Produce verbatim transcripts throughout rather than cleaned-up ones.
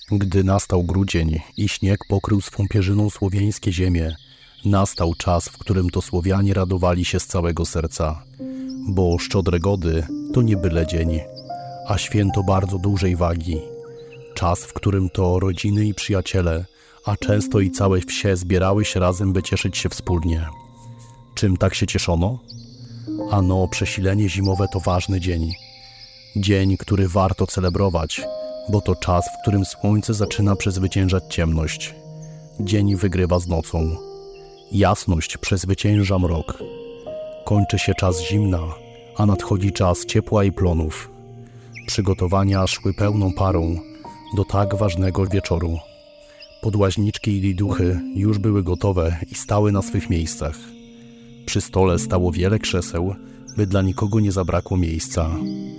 Gdy nastał grudzień i śnieg pokrył swą pierzyną słowiańskie ziemie, nastał czas, w którym to Słowianie radowali się z całego serca, bo Szczodre Gody to nie byle dzień, a święto bardzo dużej wagi. Czas, w którym to rodziny i przyjaciele, a często i całe wsie zbierały się razem, by cieszyć się wspólnie. Czym tak się cieszono? Ano, przesilenie zimowe to ważny dzień. Dzień, który warto celebrować, bo to czas, w którym słońce zaczyna przezwyciężać ciemność. Dzień wygrywa z nocą. Jasność przezwycięża mrok. Kończy się czas zimna, a nadchodzi czas ciepła i plonów. Przygotowania szły pełną parą do tak ważnego wieczoru. Podłaźniczki i liduchy już były gotowe i stały na swych miejscach. Przy stole stało wiele krzeseł, by dla nikogo nie zabrakło miejsca.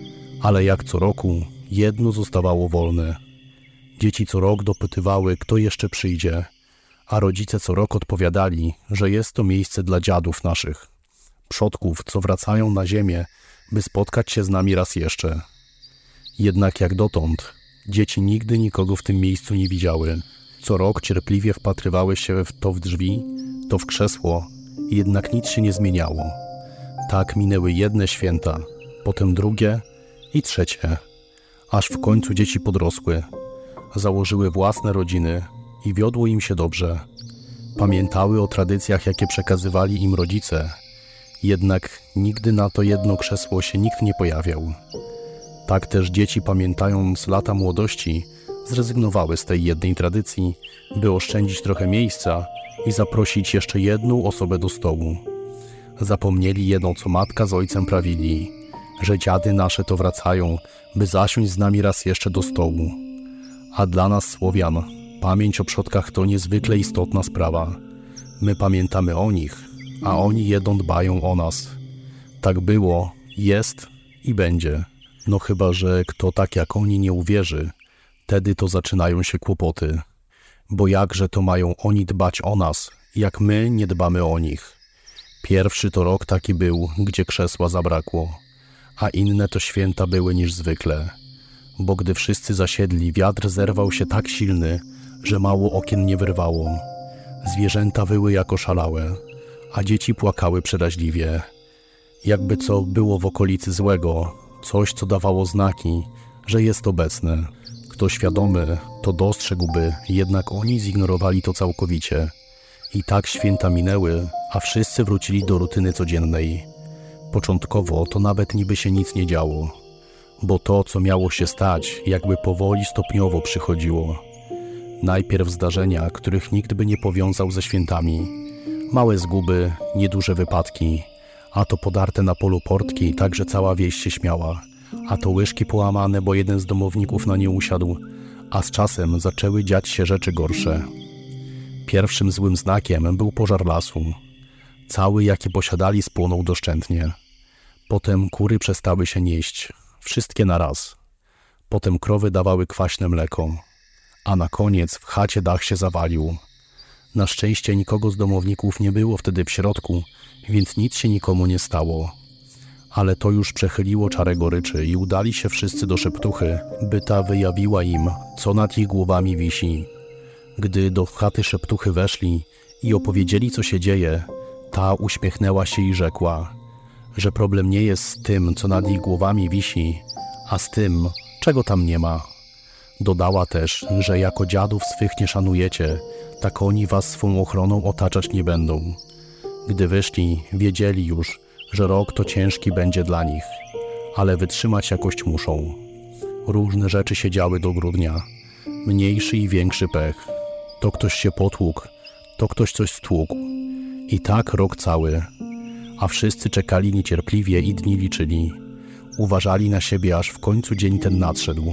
Ale jak co roku, jedno zostawało wolne. Dzieci co rok dopytywały, kto jeszcze przyjdzie, a rodzice co rok odpowiadali, że jest to miejsce dla dziadów naszych, przodków, co wracają na ziemię, by spotkać się z nami raz jeszcze. Jednak jak dotąd, dzieci nigdy nikogo w tym miejscu nie widziały. Co rok cierpliwie wpatrywały się w to w drzwi, to w krzesło, jednak nic się nie zmieniało. Tak minęły jedne święta, potem drugie i trzecie, aż w końcu dzieci podrosły, założyły własne rodziny i wiodło im się dobrze. Pamiętały o tradycjach, jakie przekazywali im rodzice, jednak nigdy na to jedno krzesło się nikt nie pojawiał. Tak też dzieci, pamiętając lata młodości, zrezygnowały z tej jednej tradycji, by oszczędzić trochę miejsca i zaprosić jeszcze jedną osobę do stołu. Zapomnieli jedno, co matka z ojcem prawili, że dziady nasze to wracają, by zasiąść z nami raz jeszcze do stołu. A dla nas, Słowian, pamięć o przodkach to niezwykle istotna sprawa. My pamiętamy o nich, a oni jedną dbają o nas. Tak było, jest i będzie. No chyba, że kto tak jak oni nie uwierzy, wtedy to zaczynają się kłopoty. Bo jakże to mają oni dbać o nas, jak my nie dbamy o nich. Pierwszy to rok taki był, gdzie krzesła zabrakło, a inne to święta były niż zwykle. Bo gdy wszyscy zasiedli, wiatr zerwał się tak silny, że mało okien nie wyrwało. Zwierzęta wyły jak oszalałe, a dzieci płakały przeraźliwie. Jakby co było w okolicy złego, coś co dawało znaki, że jest obecne. Kto świadomy, to dostrzegłby, jednak oni zignorowali to całkowicie. I tak święta minęły, a wszyscy wrócili do rutyny codziennej. Początkowo to nawet niby się nic nie działo, bo to, co miało się stać, jakby powoli stopniowo przychodziło. Najpierw zdarzenia, których nikt by nie powiązał ze świętami. Małe zguby, nieduże wypadki, a to podarte na polu portki, tak że cała wieś się śmiała, a to łyżki połamane, bo jeden z domowników na nie usiadł, a z czasem zaczęły dziać się rzeczy gorsze. Pierwszym złym znakiem był pożar lasu. Cały, jaki posiadali, spłonął doszczętnie. Potem kury przestały się nieść, wszystkie naraz. Potem krowy dawały kwaśne mleko, a na koniec w chacie dach się zawalił. Na szczęście nikogo z domowników nie było wtedy w środku, więc nic się nikomu nie stało. Ale to już przechyliło czarę goryczy i udali się wszyscy do szeptuchy, by ta wyjawiła im, co nad ich głowami wisi. Gdy do chaty szeptuchy weszli i opowiedzieli, co się dzieje, ta uśmiechnęła się i rzekła, że problem nie jest z tym, co nad ich głowami wisi, a z tym, czego tam nie ma. Dodała też, że jako dziadów swych nie szanujecie, tak oni was swą ochroną otaczać nie będą. Gdy wyszli, wiedzieli już, że rok to ciężki będzie dla nich, ale wytrzymać jakoś muszą. Różne rzeczy się działy do grudnia, mniejszy i większy pech. To ktoś się potłukł, to ktoś coś stłukł. I tak rok cały, a wszyscy czekali niecierpliwie i dni liczyli. Uważali na siebie, aż w końcu dzień ten nadszedł.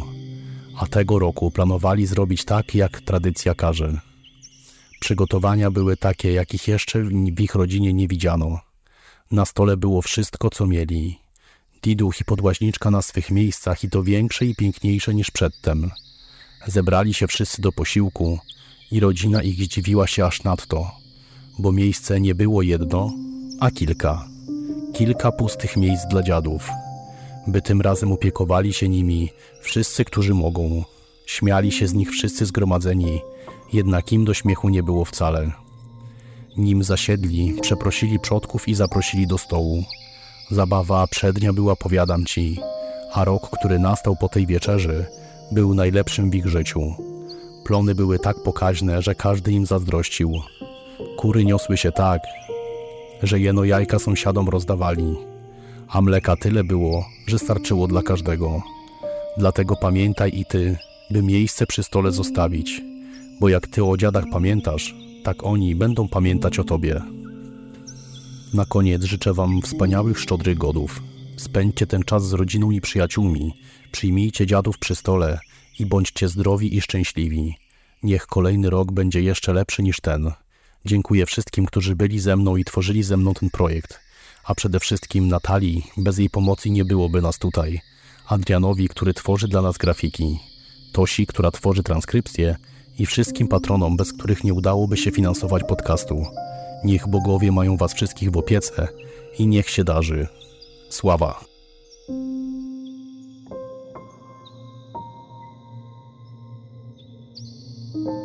A tego roku planowali zrobić tak, jak tradycja każe. Przygotowania były takie, jakich jeszcze w ich rodzinie nie widziano. Na stole było wszystko, co mieli. Diduch i podłaźniczka na swych miejscach i to większe i piękniejsze niż przedtem. Zebrali się wszyscy do posiłku i rodzina ich zdziwiła się aż nadto, bo miejsce nie było jedno, a kilka. Kilka pustych miejsc dla dziadów, by tym razem opiekowali się nimi wszyscy, którzy mogą. Śmiali się z nich wszyscy zgromadzeni, jednak im do śmiechu nie było wcale. Nim zasiedli, przeprosili przodków i zaprosili do stołu. Zabawa przednia była, powiadam ci, a rok, który nastał po tej wieczerzy, był najlepszym w ich życiu. Plony były tak pokaźne, że każdy im zazdrościł. Kury niosły się tak, że jeno jajka sąsiadom rozdawali, a mleka tyle było, że starczyło dla każdego. Dlatego pamiętaj i ty, by miejsce przy stole zostawić, bo jak ty o dziadach pamiętasz, tak oni będą pamiętać o tobie. Na koniec życzę wam wspaniałych, szczodrych godów. Spędźcie ten czas z rodziną i przyjaciółmi, przyjmijcie dziadów przy stole i bądźcie zdrowi i szczęśliwi. Niech kolejny rok będzie jeszcze lepszy niż ten. Dziękuję wszystkim, którzy byli ze mną i tworzyli ze mną ten projekt, a przede wszystkim Natalii, bez jej pomocy nie byłoby nas tutaj, Adrianowi, który tworzy dla nas grafiki, Tosi, która tworzy transkrypcję i wszystkim patronom, bez których nie udałoby się finansować podcastu. Niech bogowie mają was wszystkich w opiece i niech się darzy. Sława! Thank you.